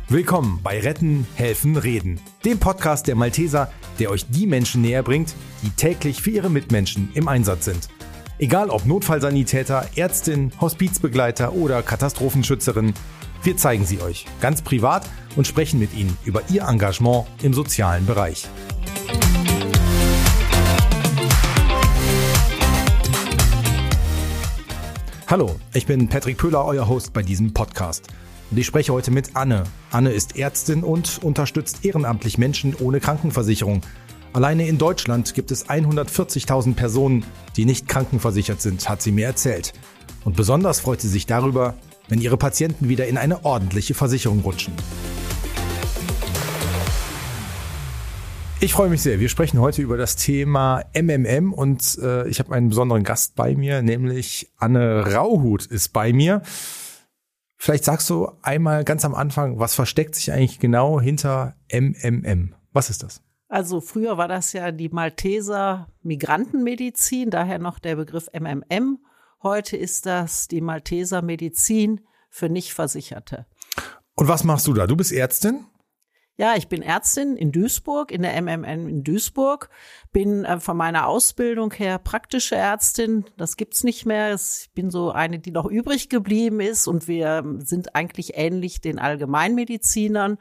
Willkommen bei Retten, Helfen, Reden, dem Podcast der Malteser, der euch die Menschen näher bringt, die täglich für ihre Mitmenschen im Einsatz sind. Egal ob Notfallsanitäter, Ärztin, Hospizbegleiter oder Katastrophenschützerin, wir zeigen sie euch ganz privat und sprechen mit ihnen über ihr Engagement im sozialen Bereich. Hallo, ich bin Patrick Pöhler, euer Host bei diesem Podcast. Und ich spreche heute mit Anne. Anne ist Ärztin und unterstützt ehrenamtlich Menschen ohne Krankenversicherung. Alleine in Deutschland gibt es 140.000 Personen, die nicht krankenversichert sind, hat sie mir erzählt. Und besonders freut sie sich darüber, wenn ihre Patienten wieder in eine ordentliche Versicherung rutschen. Ich freue mich sehr. Wir sprechen heute über das Thema MMM und ich habe einen besonderen Gast bei mir, nämlich Anne Rauhut ist bei mir. Vielleicht sagst du einmal ganz am Anfang, was versteckt sich eigentlich genau hinter MMM? Was ist das? Also früher war das ja die Malteser Migrantenmedizin, daher noch der Begriff MMM. Heute ist das die Malteser Medizin für Nichtversicherte. Und was machst du da? Du bist Ärztin? Ja, ich bin Ärztin in Duisburg, in der MMM in Duisburg, bin von meiner Ausbildung her praktische Ärztin, das gibt's nicht mehr, ich bin so eine, die noch übrig geblieben ist und wir sind eigentlich ähnlich den Allgemeinmedizinern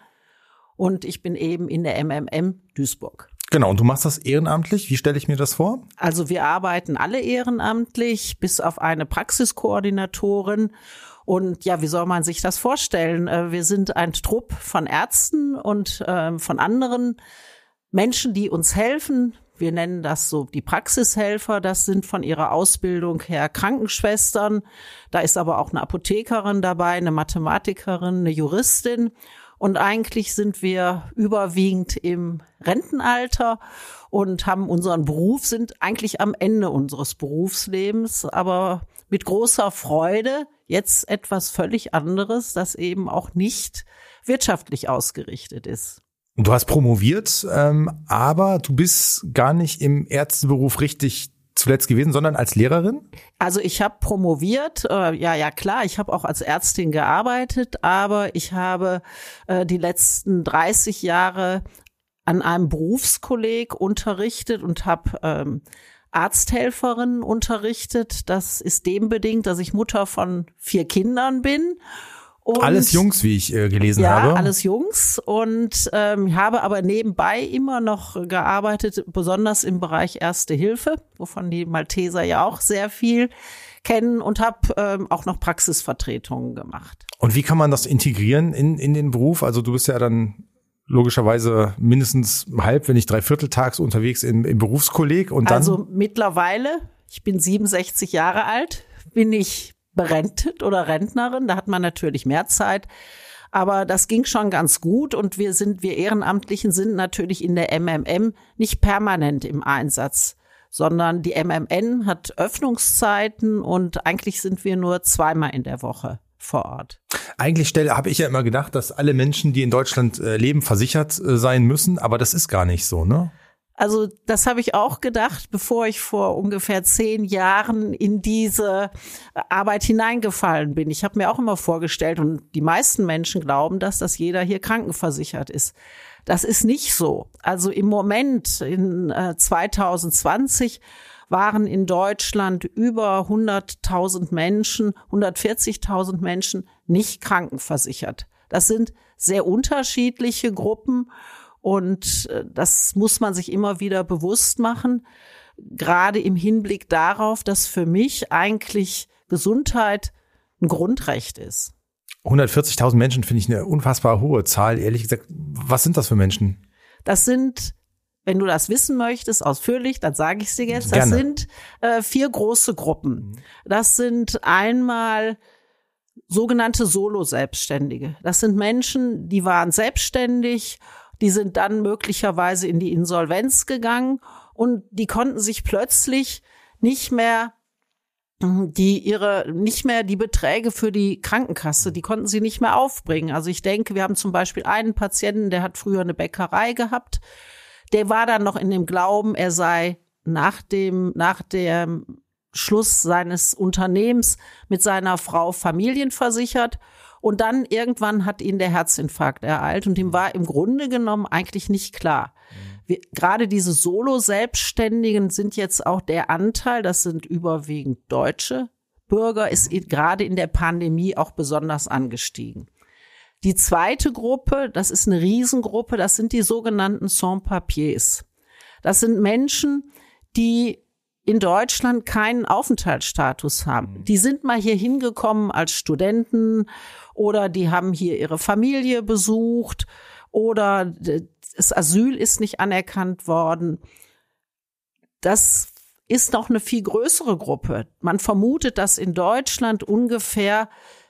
und ich bin eben in der MMM Duisburg. Genau, und du machst das ehrenamtlich, wie stelle ich mir das vor? Also wir arbeiten alle ehrenamtlich, bis auf eine Praxiskoordinatorin. Und ja, wie soll man sich das vorstellen? Wir sind ein Trupp von Ärzten und von anderen Menschen, die uns helfen. Wir nennen das so die Praxishelfer. Das sind von ihrer Ausbildung her Krankenschwestern. Da ist aber auch eine Apothekerin dabei, eine Mathematikerin, eine Juristin. Und eigentlich sind wir überwiegend im Rentenalter und haben unseren Beruf, sind eigentlich am Ende unseres Berufslebens, aber mit großer Freude jetzt etwas völlig anderes, das eben auch nicht wirtschaftlich ausgerichtet ist. Du hast promoviert, aber du bist gar nicht im Ärzteberuf richtig zuletzt gewesen, sondern als Lehrerin? Also ich habe promoviert, ja klar, ich habe auch als Ärztin gearbeitet, aber ich habe die letzten 30 Jahre an einem Berufskolleg unterrichtet und habe Arzthelferinnen unterrichtet. Das ist dem bedingt, dass ich Mutter von 4 Kindern bin. Und alles Jungs, wie ich gelesen habe. Ja, alles Jungs und habe aber nebenbei immer noch gearbeitet, besonders im Bereich Erste Hilfe, wovon die Malteser ja auch sehr viel kennen und habe auch noch Praxisvertretungen gemacht. Und wie kann man das integrieren in den Beruf? Also du bist ja dann logischerweise mindestens halb, wenn nicht dreivierteltags unterwegs im Berufskolleg und dann? Also mittlerweile, ich bin 67 Jahre alt, bin ich berentet oder Rentnerin, da hat man natürlich mehr Zeit, aber das ging schon ganz gut und wir Ehrenamtlichen sind natürlich in der MMM nicht permanent im Einsatz, sondern die MMN hat Öffnungszeiten und eigentlich sind wir nur 2-mal in der Woche vor Ort. Eigentlich habe ich ja immer gedacht, dass alle Menschen, die in Deutschland leben, versichert sein müssen, aber das ist gar nicht so, ne? Also das habe ich auch gedacht, bevor ich vor ungefähr 10 Jahren in diese Arbeit hineingefallen bin. Ich habe mir auch immer vorgestellt, und die meisten Menschen glauben, dass jeder hier krankenversichert ist. Das ist nicht so. Also im Moment, in 2020, waren in Deutschland über 100.000 Menschen, 140.000 Menschen nicht krankenversichert. Das sind sehr unterschiedliche Gruppen. Und das muss man sich immer wieder bewusst machen, gerade im Hinblick darauf, dass für mich eigentlich Gesundheit ein Grundrecht ist. 140.000 Menschen finde ich eine unfassbar hohe Zahl. Ehrlich gesagt, was sind das für Menschen? Das sind, wenn du das wissen möchtest, ausführlich, dann sage ich es dir jetzt, Gerne. Das sind 4 große Gruppen. Das sind einmal sogenannte Solo-Selbstständige. Das sind Menschen, die waren selbstständig. Die sind dann möglicherweise in die Insolvenz gegangen und die konnten sich plötzlich nicht mehr die Beträge für die Krankenkasse, die konnten sie nicht mehr aufbringen. Also ich denke, wir haben zum Beispiel einen Patienten, der hat früher eine Bäckerei gehabt. Der war dann noch in dem Glauben, er sei nach der Schluss seines Unternehmens mit seiner Frau familienversichert. Und dann irgendwann hat ihn der Herzinfarkt ereilt und ihm war im Grunde genommen eigentlich nicht klar. Gerade diese Solo-Selbstständigen sind jetzt auch der Anteil, das sind überwiegend deutsche Bürger, ist gerade in der Pandemie auch besonders angestiegen. Die zweite Gruppe, das ist eine Riesengruppe, das sind die sogenannten Sans-Papiers. Das sind Menschen, die in Deutschland keinen Aufenthaltsstatus haben. Die sind mal hier hingekommen als Studenten oder die haben hier ihre Familie besucht oder das Asyl ist nicht anerkannt worden. Das ist noch eine viel größere Gruppe. Man vermutet, dass in Deutschland ungefähr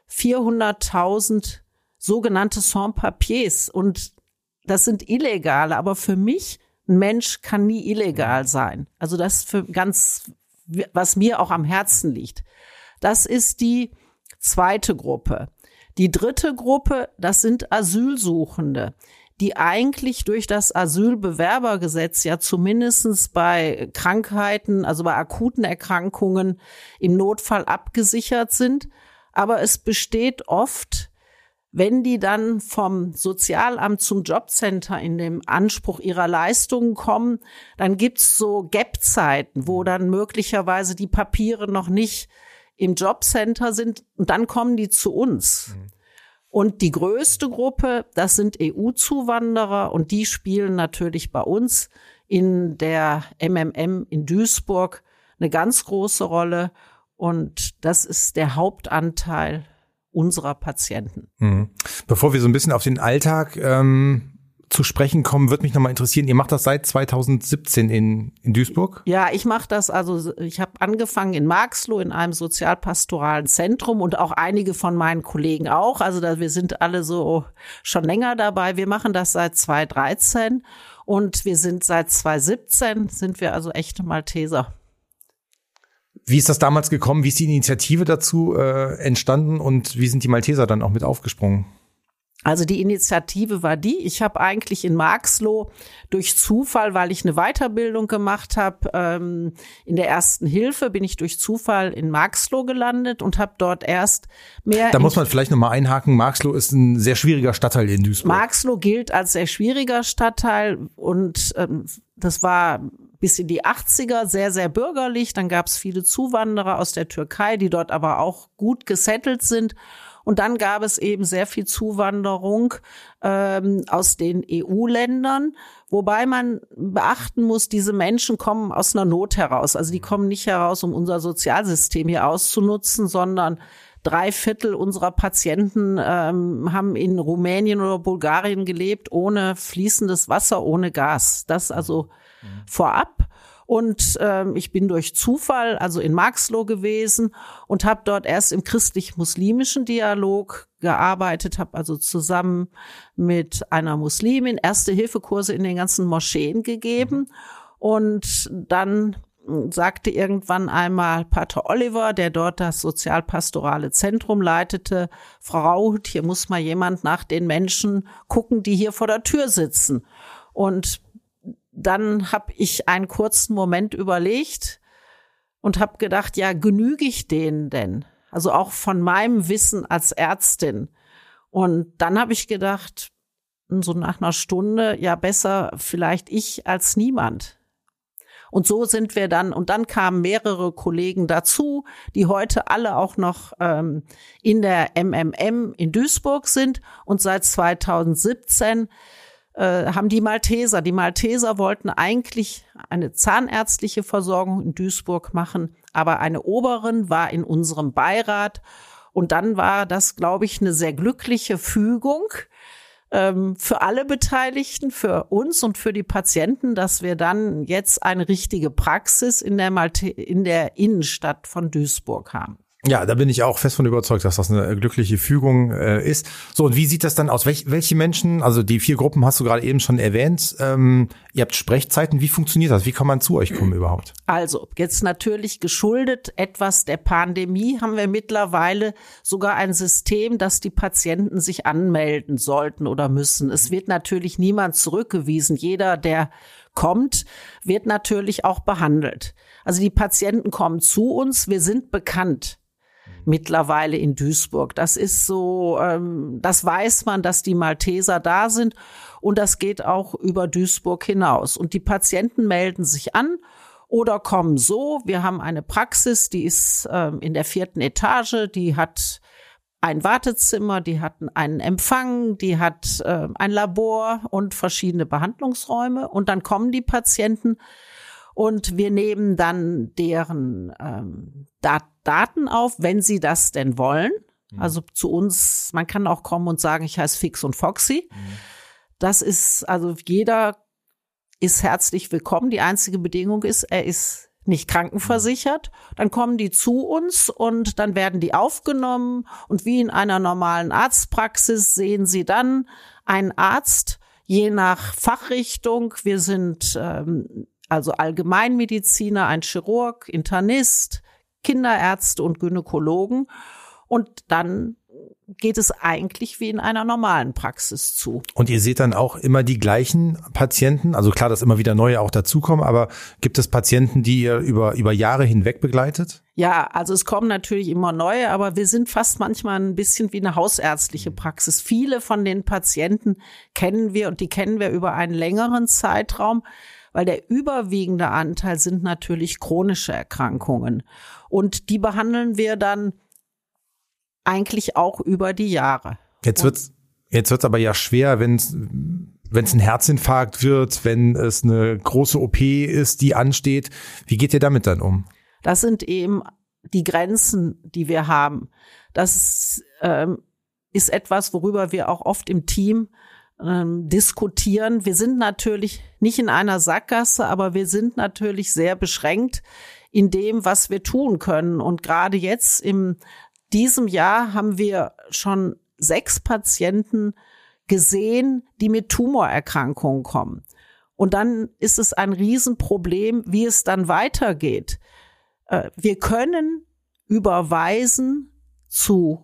400.000 sogenannte Sans-Papiers und das sind Illegale, aber für mich ein Mensch kann nie illegal sein. Also das ist für ganz, was mir auch am Herzen liegt. Das ist die zweite Gruppe. Die dritte Gruppe, das sind Asylsuchende, die eigentlich durch das Asylbewerbergesetz ja zumindest bei Krankheiten, also bei akuten Erkrankungen im Notfall abgesichert sind. Aber es besteht oft, wenn die dann vom Sozialamt zum Jobcenter in dem Anspruch ihrer Leistungen kommen, dann gibt's so Gap-Zeiten, wo dann möglicherweise die Papiere noch nicht im Jobcenter sind und dann kommen die zu uns. Und die größte Gruppe, das sind EU-Zuwanderer und die spielen natürlich bei uns in der MMM in Duisburg eine ganz große Rolle und das ist der Hauptanteil unserer Patienten. Bevor wir so ein bisschen auf den Alltag zu sprechen kommen, würde mich nochmal interessieren, ihr macht das seit 2017 in Duisburg? Ja, ich mache das, also ich habe angefangen in Marxloh in einem sozialpastoralen Zentrum und auch einige von meinen Kollegen auch, also wir sind alle so schon länger dabei. Wir machen das seit 2013 und wir sind seit 2017, sind wir also echte Malteser. Wie ist das damals gekommen? Wie ist die Initiative dazu entstanden und wie sind die Malteser dann auch mit aufgesprungen? Also die Initiative war ich habe eigentlich in Marxloh durch Zufall, weil ich eine Weiterbildung gemacht habe, in der Ersten Hilfe bin ich durch Zufall in Marxloh gelandet und habe dort erst mehr. Da muss man vielleicht nochmal einhaken, Marxloh ist ein sehr schwieriger Stadtteil in Duisburg. Marxloh gilt als sehr schwieriger Stadtteil und das war bis in die 80er sehr, sehr bürgerlich. Dann gab es viele Zuwanderer aus der Türkei, die dort aber auch gut gesettelt sind. Und dann gab es eben sehr viel Zuwanderung aus den EU-Ländern, wobei man beachten muss, diese Menschen kommen aus einer Not heraus. Also die kommen nicht heraus, um unser Sozialsystem hier auszunutzen, sondern 3/4 unserer Patienten haben in Rumänien oder Bulgarien gelebt, ohne fließendes Wasser, ohne Gas. Das also vorab. Und ich bin durch Zufall also in Marxloh gewesen und habe dort erst im christlich-muslimischen Dialog gearbeitet, habe also zusammen mit einer Muslimin Erste-Hilfe-Kurse in den ganzen Moscheen gegeben. Und dann sagte irgendwann einmal Pater Oliver, der dort das sozialpastorale Zentrum leitete, Frau Rauhut, hier muss mal jemand nach den Menschen gucken, die hier vor der Tür sitzen. Und dann habe ich einen kurzen Moment überlegt und habe gedacht, ja, genüge ich denen denn? Also auch von meinem Wissen als Ärztin. Und dann habe ich gedacht, so nach einer Stunde, ja, besser vielleicht ich als niemand. Und so sind wir dann, und dann kamen mehrere Kollegen dazu, die heute alle auch noch in der MMM in Duisburg sind. Und seit 2017 haben die Malteser wollten eigentlich eine zahnärztliche Versorgung in Duisburg machen, aber eine Oberin war in unserem Beirat. Und dann war das, glaube ich, eine sehr glückliche Fügung für alle Beteiligten, für uns und für die Patienten, dass wir dann jetzt eine richtige Praxis in der Innenstadt von Duisburg haben. Ja, da bin ich auch fest von überzeugt, dass das eine glückliche Fügung ist. So, und wie sieht das dann aus? Welche Menschen, also die 4 Gruppen hast du gerade eben schon erwähnt, ihr habt Sprechzeiten, wie funktioniert das? Wie kann man zu euch kommen überhaupt? Also, jetzt natürlich geschuldet etwas der Pandemie haben wir mittlerweile sogar ein System, dass die Patienten sich anmelden sollten oder müssen. Es wird natürlich niemand zurückgewiesen. Jeder, der kommt, wird natürlich auch behandelt. Also die Patienten kommen zu uns, wir sind bekannt mittlerweile in Duisburg. Das ist so, das weiß man, dass die Malteser da sind und das geht auch über Duisburg hinaus. Und die Patienten melden sich an oder kommen so. Wir haben eine Praxis, die ist in der 4. Etage, die hat ein Wartezimmer, die hat einen Empfang, die hat ein Labor und verschiedene Behandlungsräume. Und dann kommen die Patienten und wir nehmen dann deren Daten auf, wenn sie das denn wollen. Also zu uns, man kann auch kommen und sagen, ich heiße Fix und Foxy. Das ist, also jeder ist herzlich willkommen. Die einzige Bedingung ist, er ist nicht krankenversichert. Dann kommen die zu uns und dann werden die aufgenommen. Und wie in einer normalen Arztpraxis sehen sie dann einen Arzt, je nach Fachrichtung. Wir sind also Allgemeinmediziner, ein Chirurg, Internist, Kinderärzte und Gynäkologen. Und dann geht es eigentlich wie in einer normalen Praxis zu. Und ihr seht dann auch immer die gleichen Patienten? Also klar, dass immer wieder neue auch dazukommen, aber gibt es Patienten, die ihr über Jahre hinweg begleitet? Ja, also es kommen natürlich immer neue, aber wir sind fast manchmal ein bisschen wie eine hausärztliche Praxis. Viele von den Patienten kennen wir und die kennen wir über einen längeren Zeitraum, weil der überwiegende Anteil sind natürlich chronische Erkrankungen. Und die behandeln wir dann eigentlich auch über die Jahre. Jetzt wird's aber ja schwer, wenn es ein Herzinfarkt wird, wenn es eine große OP ist, die ansteht. Wie geht ihr damit dann um? Das sind eben die Grenzen, die wir haben. Das ist etwas, worüber wir auch oft im Team diskutieren. Wir sind natürlich nicht in einer Sackgasse, aber wir sind natürlich sehr beschränkt in dem, was wir tun können. Und gerade jetzt in diesem Jahr haben wir schon 6 Patienten gesehen, die mit Tumorerkrankungen kommen. Und dann ist es ein Riesenproblem, wie es dann weitergeht. Wir können überweisen zu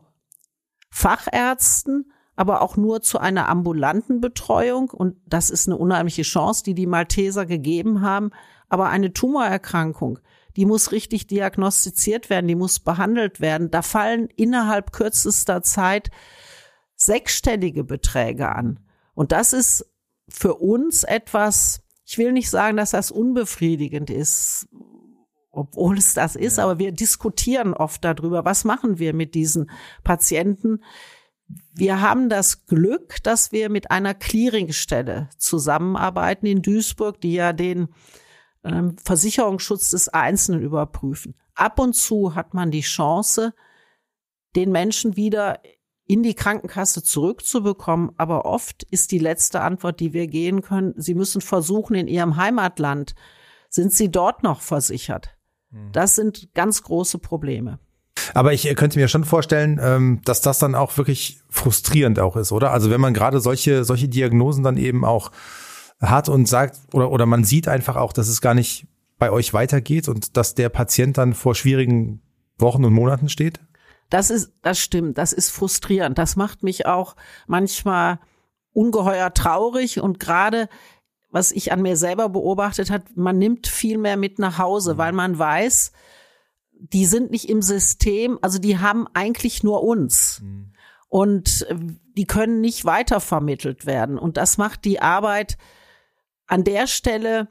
Fachärzten, aber auch nur zu einer ambulanten Betreuung. Und das ist eine unheimliche Chance, die die Malteser gegeben haben. Aber eine Tumorerkrankung, die muss richtig diagnostiziert werden, die muss behandelt werden. Da fallen innerhalb kürzester Zeit 6-stellige Beträge an. Und das ist für uns etwas, ich will nicht sagen, dass das unbefriedigend ist, obwohl es das ist, aber wir diskutieren oft darüber, was machen wir mit diesen Patienten. Wir haben das Glück, dass wir mit einer Clearingstelle zusammenarbeiten in Duisburg, die ja den Versicherungsschutz des Einzelnen überprüfen. Ab und zu hat man die Chance, den Menschen wieder in die Krankenkasse zurückzubekommen. Aber oft ist die letzte Antwort, die wir geben können, Sie müssen versuchen, in Ihrem Heimatland, sind Sie dort noch versichert? Das sind ganz große Probleme. Aber ich könnte mir schon vorstellen, dass das dann auch wirklich frustrierend auch ist, oder? Also wenn man gerade solche Diagnosen dann eben auch hat und sagt, oder man sieht einfach auch, dass es gar nicht bei euch weitergeht und dass der Patient dann vor schwierigen Wochen und Monaten steht? Das stimmt, das ist frustrierend. Das macht mich auch manchmal ungeheuer traurig und gerade, was ich an mir selber beobachtet habe, man nimmt viel mehr mit nach Hause, weil man weiß, die sind nicht im System, also die haben eigentlich nur uns. Und die können nicht weitervermittelt werden. Und das macht die Arbeit an der Stelle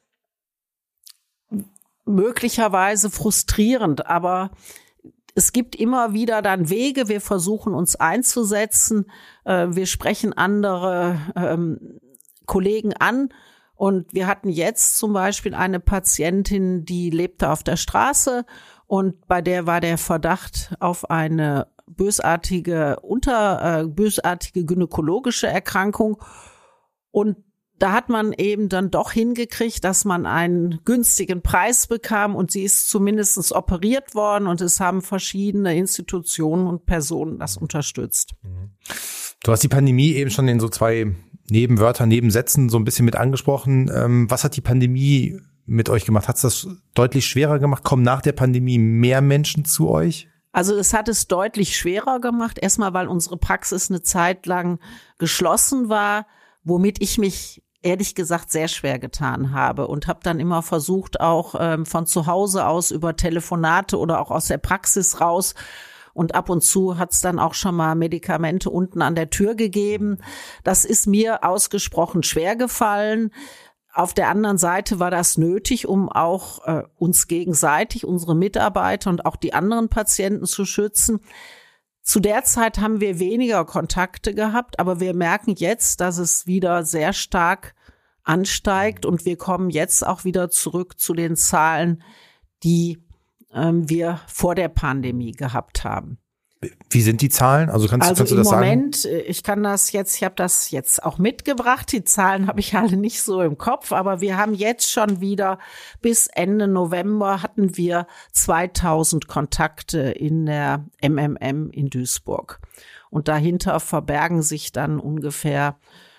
möglicherweise frustrierend, aber es gibt immer wieder dann Wege, wir versuchen uns einzusetzen, wir sprechen andere Kollegen an und wir hatten jetzt zum Beispiel eine Patientin, die lebte auf der Straße und bei der war der Verdacht auf eine bösartige gynäkologische Erkrankung und da hat man eben dann doch hingekriegt, dass man einen günstigen Preis bekam und sie ist zumindest operiert worden und es haben verschiedene Institutionen und Personen das unterstützt. Du hast die Pandemie eben schon in so 2 Nebenwörtern, Nebensätzen so ein bisschen mit angesprochen. Was hat die Pandemie mit euch gemacht? Hat es das deutlich schwerer gemacht? Kommen nach der Pandemie mehr Menschen zu euch? Also es hat es deutlich schwerer gemacht. Erstmal, weil unsere Praxis eine Zeit lang geschlossen war, womit ich mich ehrlich gesagt sehr schwer getan habe und habe dann immer versucht, auch von zu Hause aus über Telefonate oder auch aus der Praxis raus. Und ab und zu hat es dann auch schon mal Medikamente unten an der Tür gegeben. Das ist mir ausgesprochen schwer gefallen. Auf der anderen Seite war das nötig, um auch uns gegenseitig, unsere Mitarbeiter und auch die anderen Patienten zu schützen. Zu der Zeit haben wir weniger Kontakte gehabt, aber wir merken jetzt, dass es wieder sehr stark ansteigt und wir kommen jetzt auch wieder zurück zu den Zahlen, die wir vor der Pandemie gehabt haben. Wie sind die Zahlen? Also kannst du das sagen? Also im Moment, ich habe das jetzt auch mitgebracht. Die Zahlen habe ich alle nicht so im Kopf, aber wir haben jetzt schon wieder bis Ende November hatten wir 2000 Kontakte in der MMM in Duisburg. Und dahinter verbergen sich dann ungefähr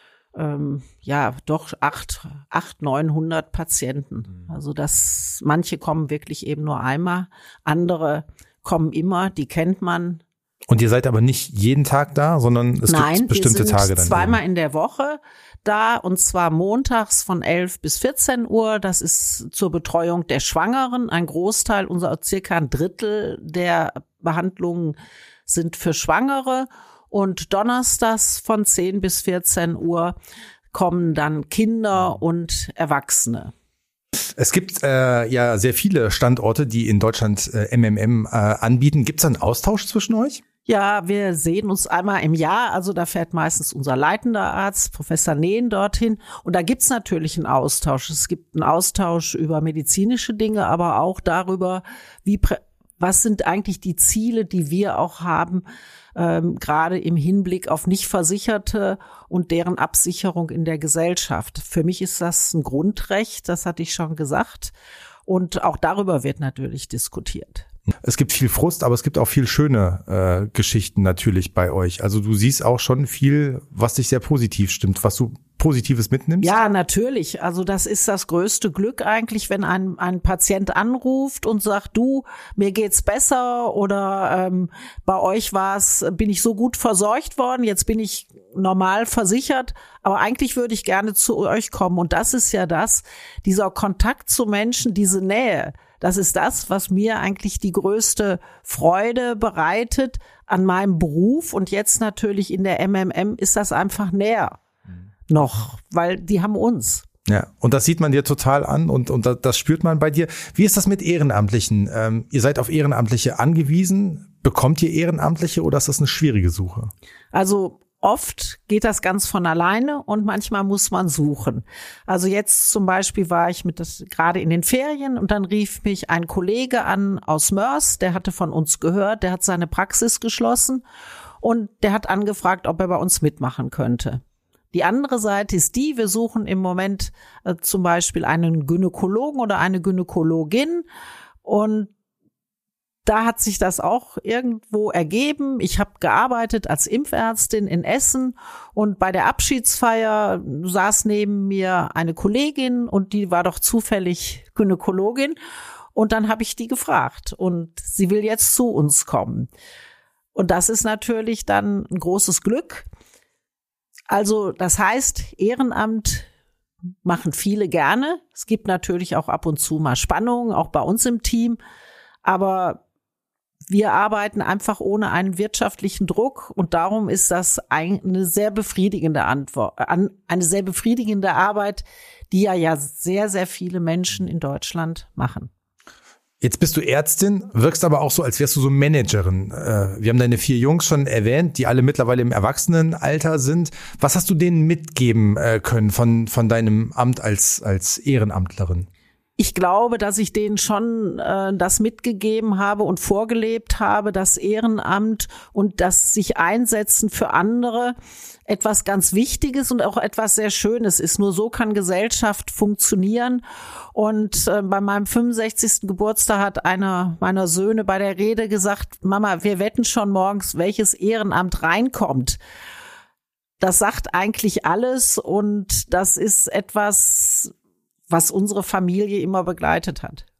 doch 900 Patienten. Also manche kommen wirklich eben nur einmal, andere kommen immer, die kennt man. Und ihr seid aber nicht jeden Tag da, sondern es gibt bestimmte Tage dann? Nein, wir sind zweimal in der Woche da und zwar montags von 11 bis 14 Uhr. Das ist zur Betreuung der Schwangeren. Ein Großteil, circa ein Drittel der Behandlungen sind für Schwangere. Und donnerstags von 10 bis 14 Uhr kommen dann Kinder und Erwachsene. Es gibt ja sehr viele Standorte, die in Deutschland MMM anbieten. Gibt es einen Austausch zwischen euch? Ja, wir sehen uns einmal im Jahr. Also da fährt meistens unser leitender Arzt, Professor Nehn, dorthin. Und da gibt's natürlich einen Austausch. Es gibt einen Austausch über medizinische Dinge, aber auch darüber, was sind eigentlich die Ziele, die wir auch haben, gerade im Hinblick auf Nichtversicherte und deren Absicherung in der Gesellschaft. Für mich ist das ein Grundrecht, das hatte ich schon gesagt. Und auch darüber wird natürlich diskutiert. Es gibt viel Frust, aber es gibt auch viel schöne Geschichten natürlich bei euch. Also du siehst auch schon viel, was dich sehr positiv stimmt, was du Positives mitnimmst? Ja, natürlich. Also das ist das größte Glück eigentlich, wenn ein Patient anruft und sagt, du, mir geht's besser oder bei euch bin ich so gut versorgt worden, jetzt bin ich normal versichert, aber eigentlich würde ich gerne zu euch kommen. Und das ist ja dieser Kontakt zu Menschen, diese Nähe. Das ist das, was mir eigentlich die größte Freude bereitet an meinem Beruf. Und jetzt natürlich in der MMM ist das einfach näher noch, weil die haben uns. Ja, und das sieht man dir total an und das spürt man bei dir. Wie ist das mit Ehrenamtlichen? Ihr seid auf Ehrenamtliche angewiesen. Bekommt ihr Ehrenamtliche oder ist das eine schwierige Suche? Also oft geht das ganz von alleine und manchmal muss man suchen. Also jetzt zum Beispiel war ich gerade in den Ferien und dann rief mich ein Kollege an aus Mörs, der hatte von uns gehört, der hat seine Praxis geschlossen und der hat angefragt, ob er bei uns mitmachen könnte. Die andere Seite ist wir suchen im Moment zum Beispiel einen Gynäkologen oder eine Gynäkologin und da hat sich das auch irgendwo ergeben. Ich habe gearbeitet als Impfärztin in Essen und bei der Abschiedsfeier saß neben mir eine Kollegin und die war doch zufällig Gynäkologin und dann habe ich die gefragt und sie will jetzt zu uns kommen. Und das ist natürlich dann ein großes Glück. Also das heißt, Ehrenamt machen viele gerne. Es gibt natürlich auch ab und zu mal Spannungen, auch bei uns im Team. Aber wir arbeiten einfach ohne einen wirtschaftlichen Druck und darum ist das eine sehr befriedigende eine sehr befriedigende Arbeit, die ja sehr, sehr viele Menschen in Deutschland machen. Jetzt bist du Ärztin, wirkst aber auch so, als wärst du so Managerin. Wir haben deine 4 Jungs schon erwähnt, die alle mittlerweile im Erwachsenenalter sind. Was hast du denen mitgeben können von deinem Amt als Ehrenamtlerin? Ich glaube, dass ich denen schon das mitgegeben habe und vorgelebt habe, das Ehrenamt und das sich einsetzen für andere etwas ganz Wichtiges und auch etwas sehr Schönes ist. Nur so kann Gesellschaft funktionieren. Und bei meinem 65. Geburtstag hat einer meiner Söhne bei der Rede gesagt, Mama, wir wetten schon morgens, welches Ehrenamt reinkommt. Das sagt eigentlich alles und das ist etwas, was unsere Familie immer begleitet hat.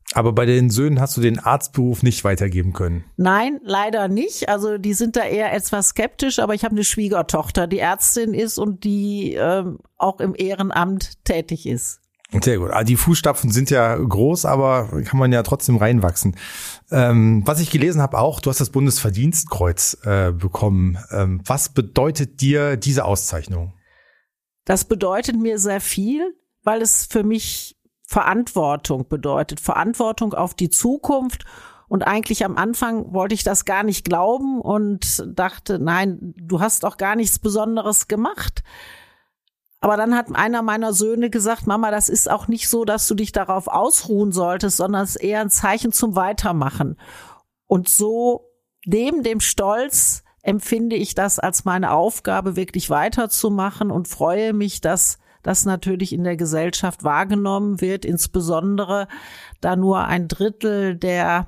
Aber bei den Söhnen hast du den Arztberuf nicht weitergeben können? Nein, leider nicht. Also die sind da eher etwas skeptisch, aber ich habe eine Schwiegertochter, die Ärztin ist und die auch im Ehrenamt tätig ist. Sehr gut. Die Fußstapfen sind ja groß, aber kann man ja trotzdem reinwachsen. Was ich gelesen habe auch, du hast das Bundesverdienstkreuz bekommen. Was bedeutet dir diese Auszeichnung? Das bedeutet mir sehr viel, weil es für mich Verantwortung bedeutet. Verantwortung auf die Zukunft. Und eigentlich am Anfang wollte ich das gar nicht glauben und dachte, nein, du hast auch gar nichts Besonderes gemacht. Aber dann hat einer meiner Söhne gesagt, Mama, das ist auch nicht so, dass du dich darauf ausruhen solltest, sondern es ist eher ein Zeichen zum Weitermachen. Und so neben dem Stolz empfinde ich das als meine Aufgabe, wirklich weiterzumachen und freue mich, dass das natürlich in der Gesellschaft wahrgenommen wird, insbesondere da nur 1/3 der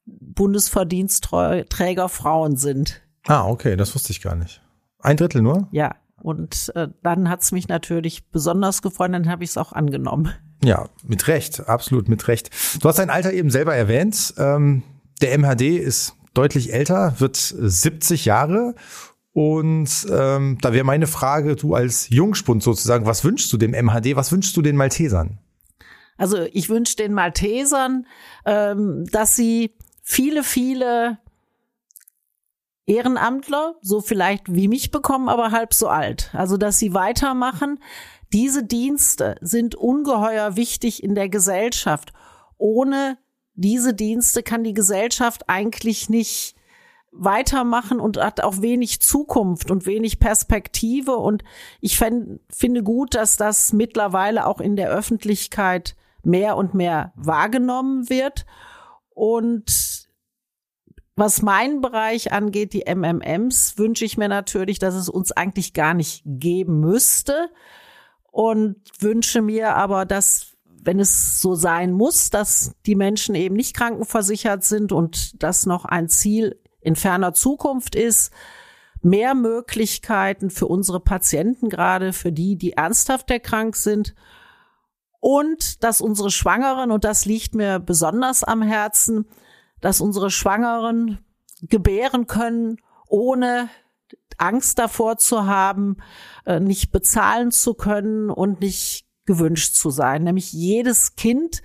Bundesverdienstträger Frauen sind. Okay, das wusste ich gar nicht. 1/3 nur? Ja, und dann hat's mich natürlich besonders gefreut, dann habe ich es auch angenommen. Ja, mit Recht, absolut mit Recht. Du hast dein Alter eben selber erwähnt. Der MHD ist deutlich älter, wird 70 Jahre. Und da wäre meine Frage, du als Jungspund sozusagen, was wünschst du dem MHD, was wünschst du den Maltesern? Also ich wünsche den Maltesern, dass sie viele Ehrenamtler, so vielleicht wie mich bekommen, aber halb so alt. Also dass sie weitermachen. Diese Dienste sind ungeheuer wichtig in der Gesellschaft. Ohne diese Dienste kann die Gesellschaft eigentlich nicht weitermachen und hat auch wenig Zukunft und wenig Perspektive. Und ich finde gut, dass das mittlerweile auch in der Öffentlichkeit mehr und mehr wahrgenommen wird. Und was meinen Bereich angeht, die MMMs, wünsche ich mir natürlich, dass es uns eigentlich gar nicht geben müsste. Und wünsche mir aber, dass, wenn es so sein muss, dass die Menschen eben nicht krankenversichert sind und das noch ein Ziel in ferner Zukunft ist, mehr Möglichkeiten für unsere Patienten, gerade für die ernsthaft erkrankt sind, und dass unsere Schwangeren, und das liegt mir besonders am Herzen, dass unsere Schwangeren gebären können, ohne Angst davor zu haben, nicht bezahlen zu können und nicht gewünscht zu sein. Nämlich jedes Kind,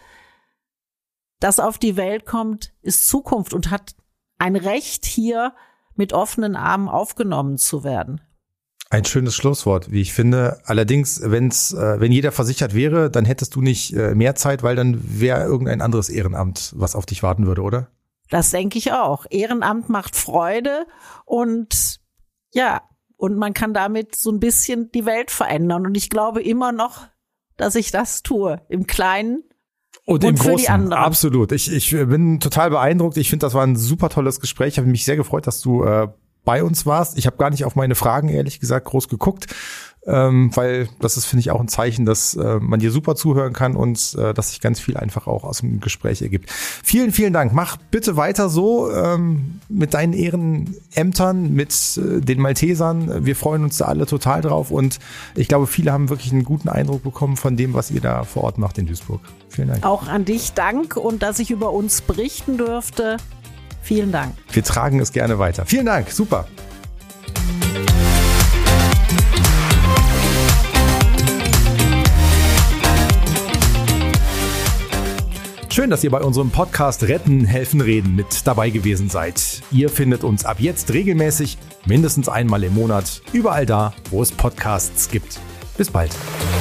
das auf die Welt kommt, ist Zukunft und hat ein Recht, hier mit offenen Armen aufgenommen zu werden. Ein schönes Schlusswort, wie ich finde. Allerdings, wenn jeder versichert wäre, dann hättest du nicht mehr Zeit, weil dann wäre irgendein anderes Ehrenamt, was auf dich warten würde, oder? Das denke ich auch. Ehrenamt macht Freude und ja, und man kann damit so ein bisschen die Welt verändern. Und ich glaube immer noch, dass ich das tue, im Kleinen. Und im Großen, absolut. Ich bin total beeindruckt. Ich finde, das war ein super tolles Gespräch. Ich habe mich sehr gefreut, dass du bei uns warst. Ich habe gar nicht auf meine Fragen, ehrlich gesagt, groß geguckt, weil das ist, finde ich, auch ein Zeichen, dass man dir super zuhören kann und dass sich ganz viel einfach auch aus dem Gespräch ergibt. Vielen, vielen Dank. Mach bitte weiter so mit deinen Ehrenämtern, mit den Maltesern. Wir freuen uns da alle total drauf und ich glaube, viele haben wirklich einen guten Eindruck bekommen von dem, was ihr da vor Ort macht in Duisburg. Vielen Dank. Auch an dich Dank und dass ich über uns berichten durfte. Vielen Dank. Wir tragen es gerne weiter. Vielen Dank. Super. Schön, dass ihr bei unserem Podcast Retten, Helfen, Reden mit dabei gewesen seid. Ihr findet uns ab jetzt regelmäßig, mindestens einmal im Monat, überall da, wo es Podcasts gibt. Bis bald.